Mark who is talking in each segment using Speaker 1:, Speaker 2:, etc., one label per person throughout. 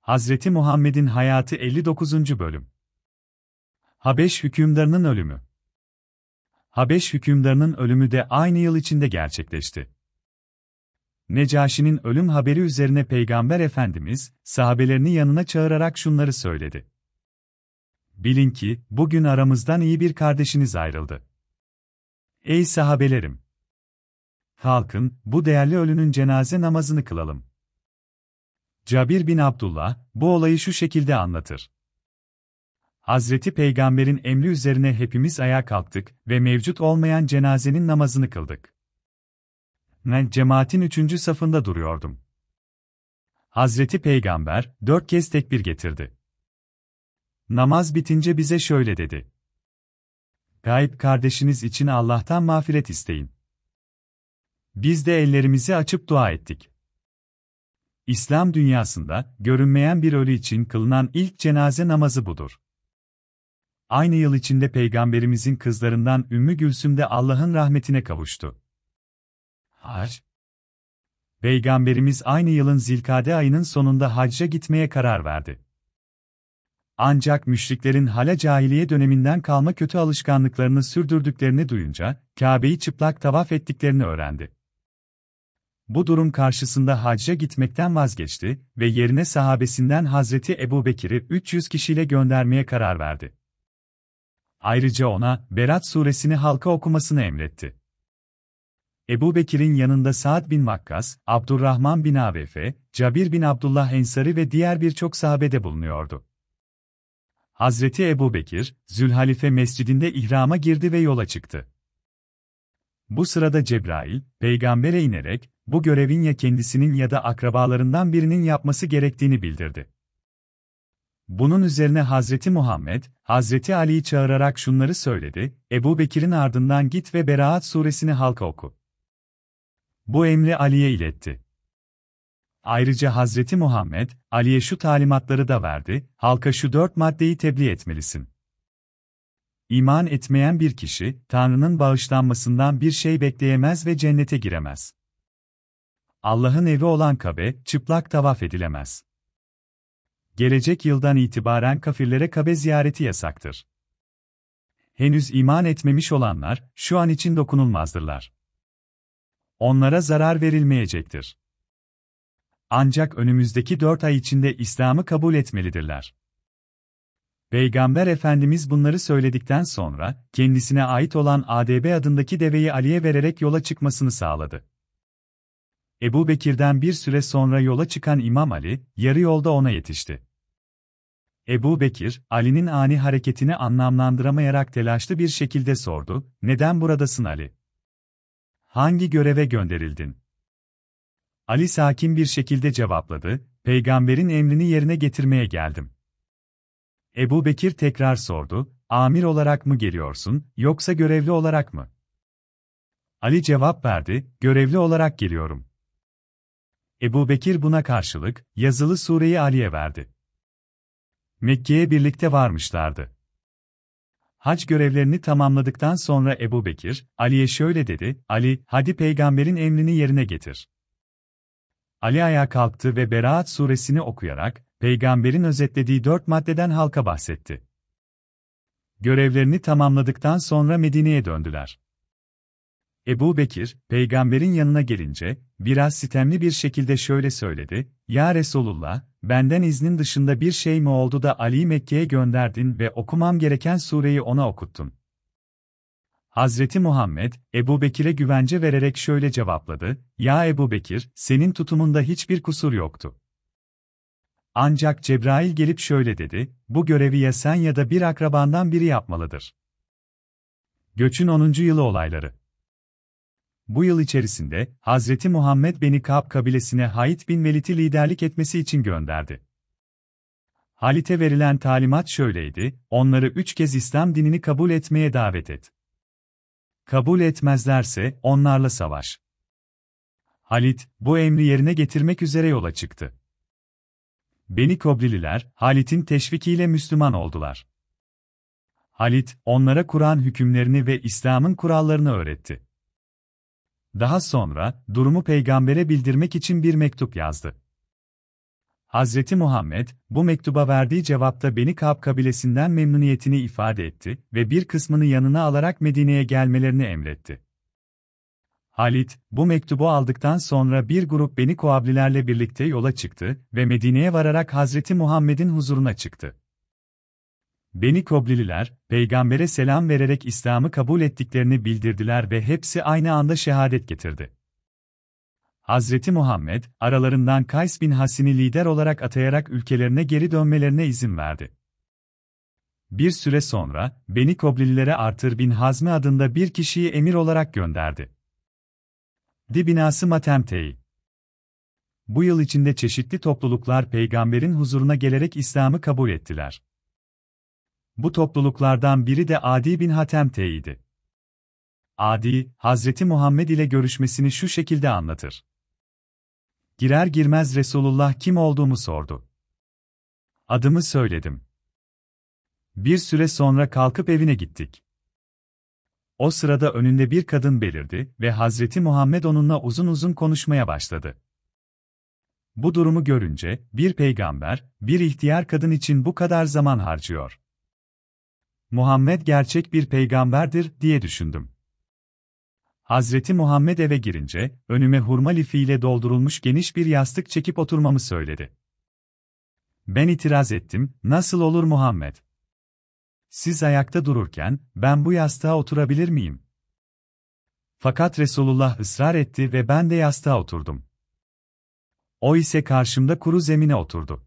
Speaker 1: Hazreti Muhammed'in hayatı 59. bölüm. Habeş hükümdarının ölümü. Habeş hükümdarının ölümü de aynı yıl içinde gerçekleşti. Necaşi'nin ölüm haberi üzerine Peygamber Efendimiz, sahabelerini yanına çağırarak şunları söyledi. Bilin ki, bugün aramızdan iyi bir kardeşiniz ayrıldı. Ey sahabelerim! Kalkın, bu değerli ölünün cenaze namazını kılalım. Cabir bin Abdullah, bu olayı şu şekilde anlatır. Hazreti Peygamber'in emri üzerine hepimiz ayağa kalktık ve mevcut olmayan cenazenin namazını kıldık. Ben cemaatin 3. safında duruyordum. Hazreti Peygamber 4 kez tekbir getirdi. Namaz bitince bize şöyle dedi. Gayb kardeşiniz için Allah'tan mağfiret isteyin. Biz de ellerimizi açıp dua ettik. İslam dünyasında, görünmeyen bir ölü için kılınan ilk cenaze namazı budur. Aynı yıl içinde Peygamberimizin kızlarından Ümmü Gülsüm de Allah'ın rahmetine kavuştu. Hac. Peygamberimiz aynı yılın Zilkade ayının sonunda hacca gitmeye karar verdi. Ancak müşriklerin hala cahiliye döneminden kalma kötü alışkanlıklarını sürdürdüklerini duyunca, Kabe'yi çıplak tavaf ettiklerini öğrendi. Bu durum karşısında hacca gitmekten vazgeçti ve yerine sahabesinden Hazreti Ebubekir'i 300 kişiyle göndermeye karar verdi. Ayrıca ona, Berat suresini halka okumasını emretti. Ebubekir'in yanında Sa'd bin Vakkas, Abdurrahman bin Avfe, Cabir bin Abdullah Ensari ve diğer birçok sahabe de bulunuyordu. Hazreti Ebubekir, Zülhalife mescidinde ihrama girdi ve yola çıktı. Bu sırada Cebrail, peygambere inerek, bu görevin ya kendisinin ya da akrabalarından birinin yapması gerektiğini bildirdi. Bunun üzerine Hazreti Muhammed, Hazreti Ali'yi çağırarak şunları söyledi, Ebubekir'in ardından git ve Beraat suresini halka oku. Bu emri Ali'ye iletti. Ayrıca Hazreti Muhammed, Ali'ye şu talimatları da verdi, halka şu 4 maddeyi tebliğ etmelisin. İman etmeyen bir kişi, Tanrı'nın bağışlanmasından bir şey bekleyemez ve cennete giremez. Allah'ın evi olan Kabe, çıplak tavaf edilemez. Gelecek yıldan itibaren kafirlere Kabe ziyareti yasaktır. Henüz iman etmemiş olanlar, şu an için dokunulmazdırlar. Onlara zarar verilmeyecektir. Ancak önümüzdeki 4 ay içinde İslam'ı kabul etmelidirler. Peygamber Efendimiz bunları söyledikten sonra, kendisine ait olan ADB adındaki deveyi Ali'ye vererek yola çıkmasını sağladı. Ebubekir'den bir süre sonra yola çıkan İmam Ali, yarı yolda ona yetişti. Ebubekir, Ali'nin ani hareketini anlamlandıramayarak telaşlı bir şekilde sordu, "Neden buradasın Ali? Hangi göreve gönderildin?" Ali sakin bir şekilde cevapladı, "Peygamberin emrini yerine getirmeye geldim." Ebubekir tekrar sordu, "Amir olarak mı geliyorsun, yoksa görevli olarak mı?" Ali cevap verdi, "Görevli olarak geliyorum." Ebubekir buna karşılık, yazılı sureyi Ali'ye verdi. Mekke'ye birlikte varmışlardı. Hac görevlerini tamamladıktan sonra Ebubekir, Ali'ye şöyle dedi, "Ali, hadi peygamberin emrini yerine getir." Ali ayağa kalktı ve Beraat suresini okuyarak, peygamberin özetlediği 4 maddeden halka bahsetti. Görevlerini tamamladıktan sonra Medine'ye döndüler. Ebubekir, peygamberin yanına gelince, biraz sitemli bir şekilde şöyle söyledi, "Ya Resulullah, benden iznin dışında bir şey mi oldu da Ali'yi Mekke'ye gönderdin ve okumam gereken sureyi ona okuttun?" Hazreti Muhammed, Ebubekir'e güvence vererek şöyle cevapladı, "Ya Ebubekir, senin tutumunda hiçbir kusur yoktu. Ancak Cebrail gelip şöyle dedi, bu görevi ya sen ya da bir akrabandan biri yapmalıdır." Göçün 10. yılı olayları. Bu yıl içerisinde, Hazreti Muhammed Beni Ka'b kabilesine Halid bin Velid'i liderlik etmesi için gönderdi. Halid'e verilen talimat şöyleydi, onları 3 kez İslam dinini kabul etmeye davet et. Kabul etmezlerse, onlarla savaş. Halid, bu emri yerine getirmek üzere yola çıktı. Beni Kobrililer, Halid'in teşvikiyle Müslüman oldular. Halid, onlara Kur'an hükümlerini ve İslam'ın kurallarını öğretti. Daha sonra, durumu peygambere bildirmek için bir mektup yazdı. Hazreti Muhammed, bu mektuba verdiği cevapta Beni Kâb kabilesinden memnuniyetini ifade etti ve bir kısmını yanına alarak Medine'ye gelmelerini emretti. Halit, bu mektubu aldıktan sonra bir grup Beni Kuablilerle birlikte yola çıktı ve Medine'ye vararak Hazreti Muhammed'in huzuruna çıktı. Beni Koblililer, peygambere selam vererek İslam'ı kabul ettiklerini bildirdiler ve hepsi aynı anda şehadet getirdi. Hazreti Muhammed, aralarından Kays bin Hasin'i lider olarak atayarak ülkelerine geri dönmelerine izin verdi. Bir süre sonra, Beni Koblililere Artır bin Hazmi adında bir kişiyi emir olarak gönderdi. Binası Matemtei. Bu yıl içinde çeşitli topluluklar peygamberin huzuruna gelerek İslam'ı kabul ettiler. Bu topluluklardan biri de Adi bin Hatemtei'ydi. Adi, Hazreti Muhammed ile görüşmesini şu şekilde anlatır. Girer girmez Resulullah kim olduğumu sordu. Adımı söyledim. Bir süre sonra kalkıp evine gittik. O sırada önünde bir kadın belirdi ve Hazreti Muhammed onunla uzun uzun konuşmaya başladı. Bu durumu görünce, bir peygamber, bir ihtiyar kadın için bu kadar zaman harcıyor. Muhammed gerçek bir peygamberdir, diye düşündüm. Hazreti Muhammed eve girince, önüme hurma lifiyle doldurulmuş geniş bir yastık çekip oturmamı söyledi. Ben itiraz ettim, nasıl olur Muhammed? Siz ayakta dururken, ben bu yastığa oturabilir miyim? Fakat Resulullah ısrar etti ve ben de yastığa oturdum. O ise karşımda kuru zemine oturdu.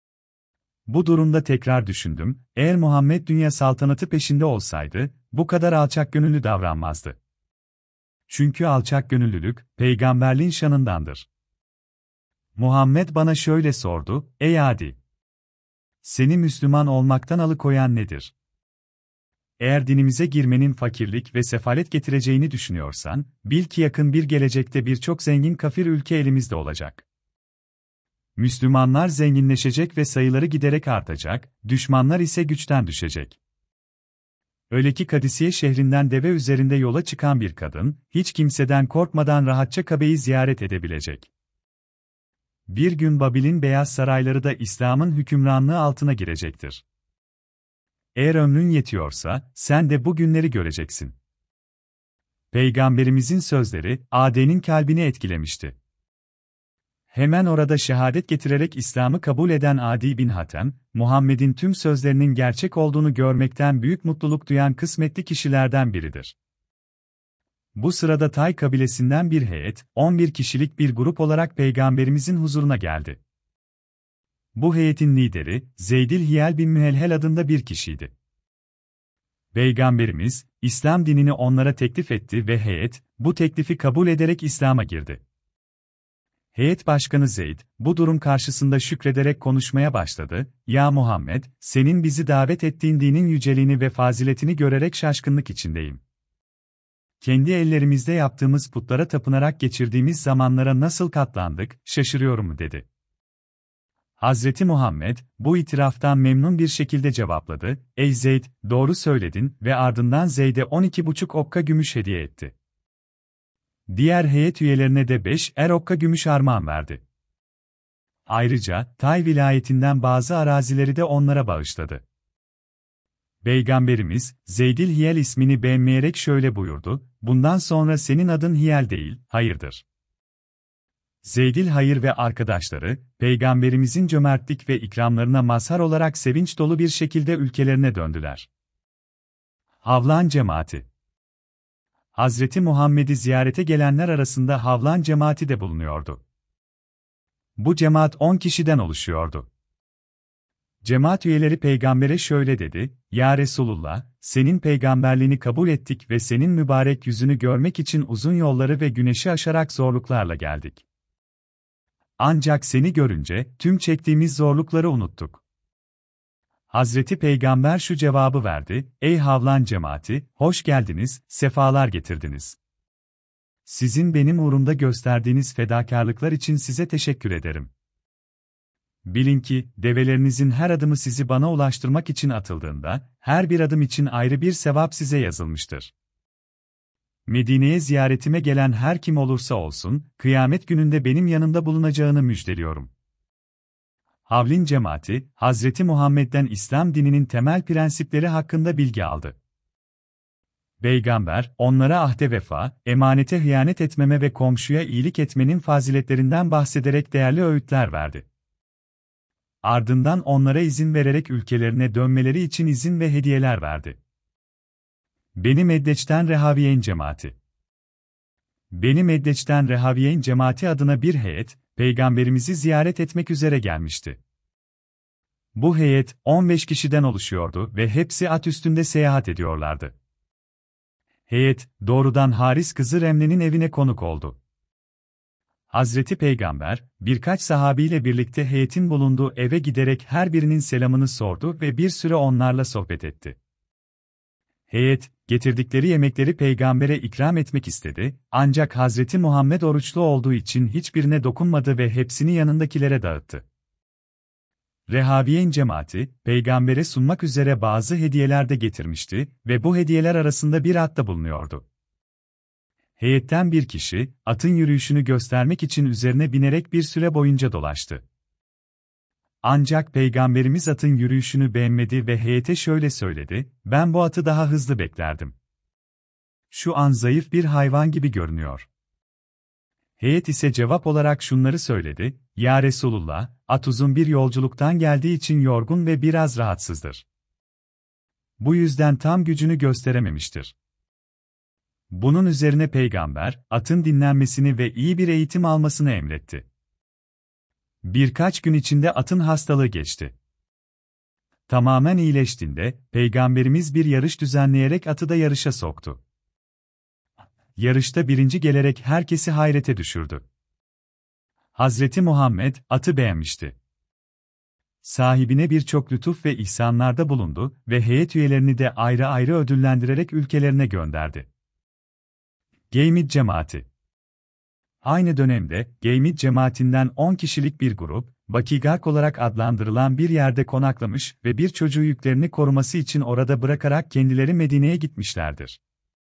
Speaker 1: Bu durumda tekrar düşündüm, eğer Muhammed dünya saltanatı peşinde olsaydı, bu kadar alçakgönüllü davranmazdı. Çünkü alçakgönüllülük, peygamberliğin şanındandır. Muhammed bana şöyle sordu, ey Adi! Seni Müslüman olmaktan alıkoyan nedir? Eğer dinimize girmenin fakirlik ve sefalet getireceğini düşünüyorsan, bil ki yakın bir gelecekte birçok zengin kafir ülke elimizde olacak. Müslümanlar zenginleşecek ve sayıları giderek artacak, düşmanlar ise güçten düşecek. Öyle ki Kadisiye şehrinden deve üzerinde yola çıkan bir kadın, hiç kimseden korkmadan rahatça Kabe'yi ziyaret edebilecek. Bir gün Babil'in beyaz sarayları da İslam'ın hükümranlığı altına girecektir. Eğer ömrün yetiyorsa, sen de bu günleri göreceksin. Peygamberimizin sözleri, Ade'nin kalbini etkilemişti. Hemen orada şehadet getirerek İslam'ı kabul eden Adi bin Hatem, Muhammed'in tüm sözlerinin gerçek olduğunu görmekten büyük mutluluk duyan kısmetli kişilerden biridir. Bu sırada Tay kabilesinden bir heyet, 11 kişilik bir grup olarak Peygamberimizin huzuruna geldi. Bu heyetin lideri, Zeydil Hiyel bin Mühelhel adında bir kişiydi. Peygamberimiz, İslam dinini onlara teklif etti ve heyet, bu teklifi kabul ederek İslam'a girdi. Heyet başkanı Zeyd, bu durum karşısında şükrederek konuşmaya başladı, "Ya Muhammed, senin bizi davet ettiğin dinin yüceliğini ve faziletini görerek şaşkınlık içindeyim. Kendi ellerimizde yaptığımız putlara tapınarak geçirdiğimiz zamanlara nasıl katlandık, şaşırıyorum," dedi. Hazreti Muhammed, bu itiraftan memnun bir şekilde cevapladı, "Ey Zeyd, doğru söyledin," ve ardından Zeyd'e 12,5 okka gümüş hediye etti. Diğer heyet üyelerine de 5'er okka gümüş armağan verdi. Ayrıca, Tay vilayetinden bazı arazileri de onlara bağışladı. Peygamberimiz, Zeydil Hiyel ismini beğenmeyerek şöyle buyurdu, "Bundan sonra senin adın Hiyel değil, Hayır'dır." Zeydil Hayır ve arkadaşları, Peygamberimizin cömertlik ve ikramlarına mazhar olarak sevinç dolu bir şekilde ülkelerine döndüler. Havlan cemaati. Hazreti Muhammed'i ziyarete gelenler arasında Havlan cemaati de bulunuyordu. Bu cemaat 10 kişiden oluşuyordu. Cemaat üyeleri peygambere şöyle dedi, "Ya Resulullah, senin peygamberliğini kabul ettik ve senin mübarek yüzünü görmek için uzun yolları ve güneşi aşarak zorluklarla geldik. Ancak seni görünce tüm çektiğimiz zorlukları unuttuk." Hazreti Peygamber şu cevabı verdi, "Ey Havlan cemaati, hoş geldiniz, sefalar getirdiniz. Sizin benim uğrumda gösterdiğiniz fedakarlıklar için size teşekkür ederim. Bilin ki, develerinizin her adımı sizi bana ulaştırmak için atıldığında, her bir adım için ayrı bir sevap size yazılmıştır. Medine'ye ziyaretime gelen her kim olursa olsun, kıyamet gününde benim yanımda bulunacağını müjdeliyorum." Havlin cemaati, Hazreti Muhammed'den İslam dininin temel prensipleri hakkında bilgi aldı. Peygamber, onlara ahde vefa, emanete hıyanet etmeme ve komşuya iyilik etmenin faziletlerinden bahsederek değerli öğütler verdi. Ardından onlara izin vererek ülkelerine dönmeleri için izin ve hediyeler verdi. Beni Meddeç'ten Rehaviyeyn cemaati. Beni Meddeç'ten Rehaviyeyn cemaati adına bir heyet, Peygamberimizi ziyaret etmek üzere gelmişti. Bu heyet, 15 kişiden oluşuyordu ve hepsi at üstünde seyahat ediyorlardı. Heyet, doğrudan Haris kızı Remle'nin evine konuk oldu. Hazreti Peygamber, birkaç sahabiyle birlikte heyetin bulunduğu eve giderek her birinin selamını sordu ve bir süre onlarla sohbet etti. Heyet, getirdikleri yemekleri peygambere ikram etmek istedi, ancak Hazreti Muhammed oruçlu olduğu için hiçbirine dokunmadı ve hepsini yanındakilere dağıttı. Rehaviyeyn cemaati, peygambere sunmak üzere bazı hediyeler de getirmişti ve bu hediyeler arasında bir at da bulunuyordu. Heyetten bir kişi, atın yürüyüşünü göstermek için üzerine binerek bir süre boyunca dolaştı. Ancak Peygamberimiz atın yürüyüşünü beğenmedi ve heyete şöyle söyledi, "Ben bu atı daha hızlı beklerdim. Şu an zayıf bir hayvan gibi görünüyor." Heyet ise cevap olarak şunları söyledi, "Ya Resulullah, at uzun bir yolculuktan geldiği için yorgun ve biraz rahatsızdır. Bu yüzden tam gücünü gösterememiştir." Bunun üzerine Peygamber, atın dinlenmesini ve iyi bir eğitim almasını emretti. Birkaç gün içinde atın hastalığı geçti. Tamamen iyileştiğinde, Peygamberimiz bir yarış düzenleyerek atı da yarışa soktu. Yarışta birinci gelerek herkesi hayrete düşürdü. Hazreti Muhammed, atı beğenmişti. Sahibine birçok lütuf ve ihsanlarda bulundu ve heyet üyelerini de ayrı ayrı ödüllendirerek ülkelerine gönderdi. Geymid cemaati. Aynı dönemde, Geymid cemaatinden 10 kişilik bir grup, Bakigark olarak adlandırılan bir yerde konaklamış ve bir çocuğu yüklerini koruması için orada bırakarak kendileri Medine'ye gitmişlerdir.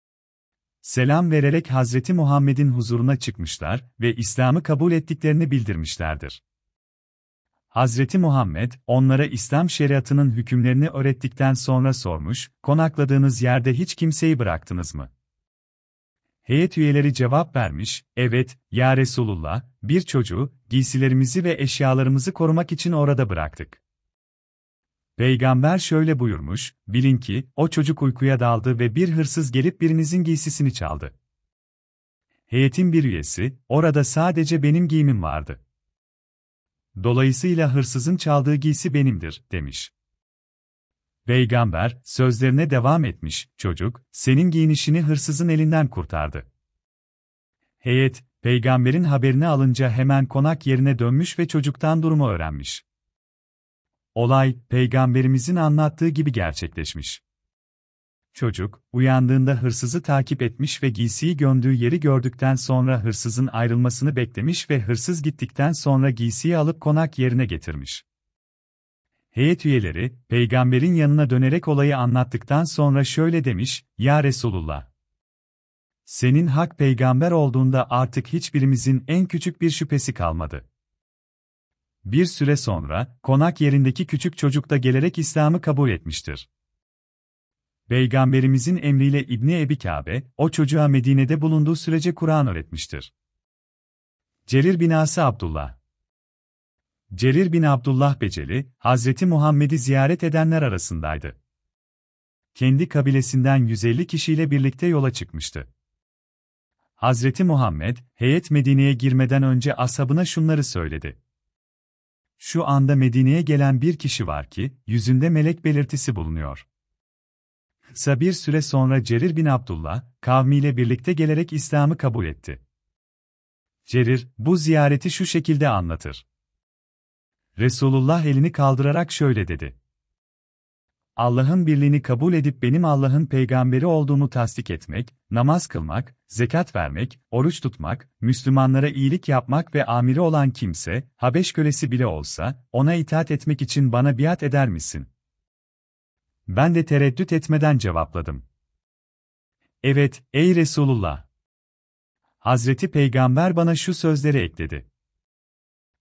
Speaker 1: Selam vererek Hazreti Muhammed'in huzuruna çıkmışlar ve İslam'ı kabul ettiklerini bildirmişlerdir. Hazreti Muhammed, onlara İslam şeriatının hükümlerini öğrettikten sonra sormuş, "Konakladığınız yerde hiç kimseyi bıraktınız mı?" Heyet üyeleri cevap vermiş, "Evet, ya Resulullah, bir çocuğu, giysilerimizi ve eşyalarımızı korumak için orada bıraktık." Peygamber şöyle buyurmuş, "Bilin ki, o çocuk uykuya daldı ve bir hırsız gelip birinizin giysisini çaldı. Heyetin bir üyesi, orada sadece benim giyimim vardı. Dolayısıyla hırsızın çaldığı giysi benimdir," demiş. Peygamber, sözlerine devam etmiş, "Çocuk, senin giyinişini hırsızın elinden kurtardı." Heyet, peygamberin haberini alınca hemen konak yerine dönmüş ve çocuktan durumu öğrenmiş. Olay, peygamberimizin anlattığı gibi gerçekleşmiş. Çocuk, uyandığında hırsızı takip etmiş ve giysiyi gömdüğü yeri gördükten sonra hırsızın ayrılmasını beklemiş ve hırsız gittikten sonra giysiyi alıp konak yerine getirmiş. Heyet üyeleri, peygamberin yanına dönerek olayı anlattıktan sonra şöyle demiş, "Ya Resulullah! Senin hak peygamber olduğunda artık hiçbirimizin en küçük bir şüphesi kalmadı." Bir süre sonra, konak yerindeki küçük çocuk da gelerek İslam'ı kabul etmiştir. Peygamberimizin emriyle İbni Ebi Kâbe, o çocuğa Medine'de bulunduğu sürece Kur'an öğretmiştir. Cerir bin Ası Abdullah. Cerir bin Abdullah Beceli, Hazreti Muhammed'i ziyaret edenler arasındaydı. Kendi kabilesinden 150 kişiyle birlikte yola çıkmıştı. Hazreti Muhammed, heyet Medine'ye girmeden önce ashabına şunları söyledi: "Şu anda Medine'ye gelen bir kişi var ki, yüzünde melek belirtisi bulunuyor." Kısa bir süre sonra Cerir bin Abdullah, kavmiyle birlikte gelerek İslam'ı kabul etti. Cerir, bu ziyareti şu şekilde anlatır. Resulullah elini kaldırarak şöyle dedi: "Allah'ın birliğini kabul edip benim Allah'ın peygamberi olduğumu tasdik etmek, namaz kılmak, zekat vermek, oruç tutmak, Müslümanlara iyilik yapmak ve amiri olan kimse, Habeş kölesi bile olsa, ona itaat etmek için bana biat eder misin?" Ben de tereddüt etmeden cevapladım. "Evet, ey Resulullah." Hazreti Peygamber bana şu sözleri ekledi: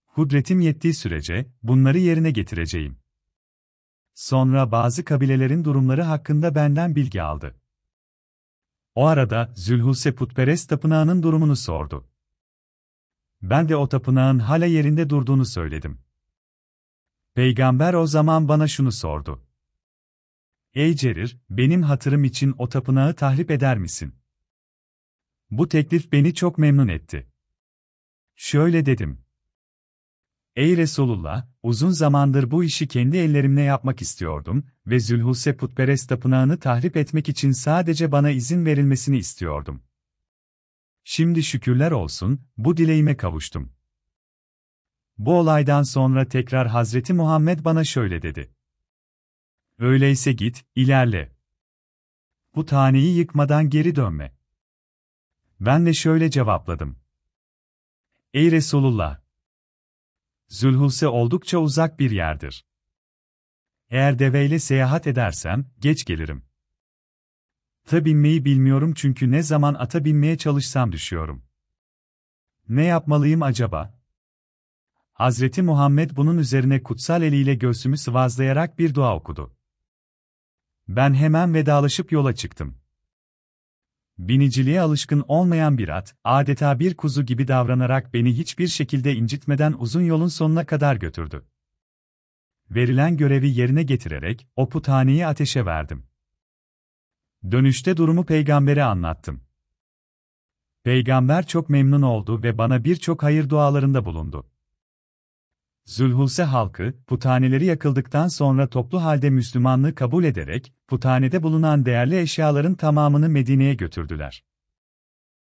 Speaker 1: Kudretim yettiği sürece bunları yerine getireceğim. Sonra bazı kabilelerin durumları hakkında benden bilgi aldı. O arada Zülhuse putperest tapınağının durumunu sordu. Ben de o tapınağın hala yerinde durduğunu söyledim. Peygamber o zaman bana şunu sordu. Ey Cerir, benim hatırım için o tapınağı tahrip eder misin? Bu teklif beni çok memnun etti. Şöyle dedim. Ey Resulullah, uzun zamandır bu işi kendi ellerimle yapmak istiyordum ve Zülhuse putperest tapınağını tahrip etmek için sadece bana izin verilmesini istiyordum. Şimdi şükürler olsun, bu dileğime kavuştum. Bu olaydan sonra tekrar Hazreti Muhammed bana şöyle dedi. Öyleyse git, ilerle. Bu taneyi yıkmadan geri dönme. Ben de şöyle cevapladım. Ey Resulullah! Zülhuse oldukça uzak bir yerdir. Eğer deveyle seyahat edersem, geç gelirim. Ata binmeyi bilmiyorum çünkü ne zaman ata binmeye çalışsam düşüyorum. Ne yapmalıyım acaba? Hazreti Muhammed bunun üzerine kutsal eliyle göğsümü sıvazlayarak bir dua okudu. Ben hemen vedalaşıp yola çıktım. Biniciliğe alışkın olmayan bir at, adeta bir kuzu gibi davranarak beni hiçbir şekilde incitmeden uzun yolun sonuna kadar götürdü. Verilen görevi yerine getirerek o puthaneyi ateşe verdim. Dönüşte durumu peygambere anlattım. Peygamber çok memnun oldu ve bana birçok hayır dualarında bulundu. Zülhuse halkı, puthaneleri yakıldıktan sonra toplu halde Müslümanlığı kabul ederek, puthanede bulunan değerli eşyaların tamamını Medine'ye götürdüler.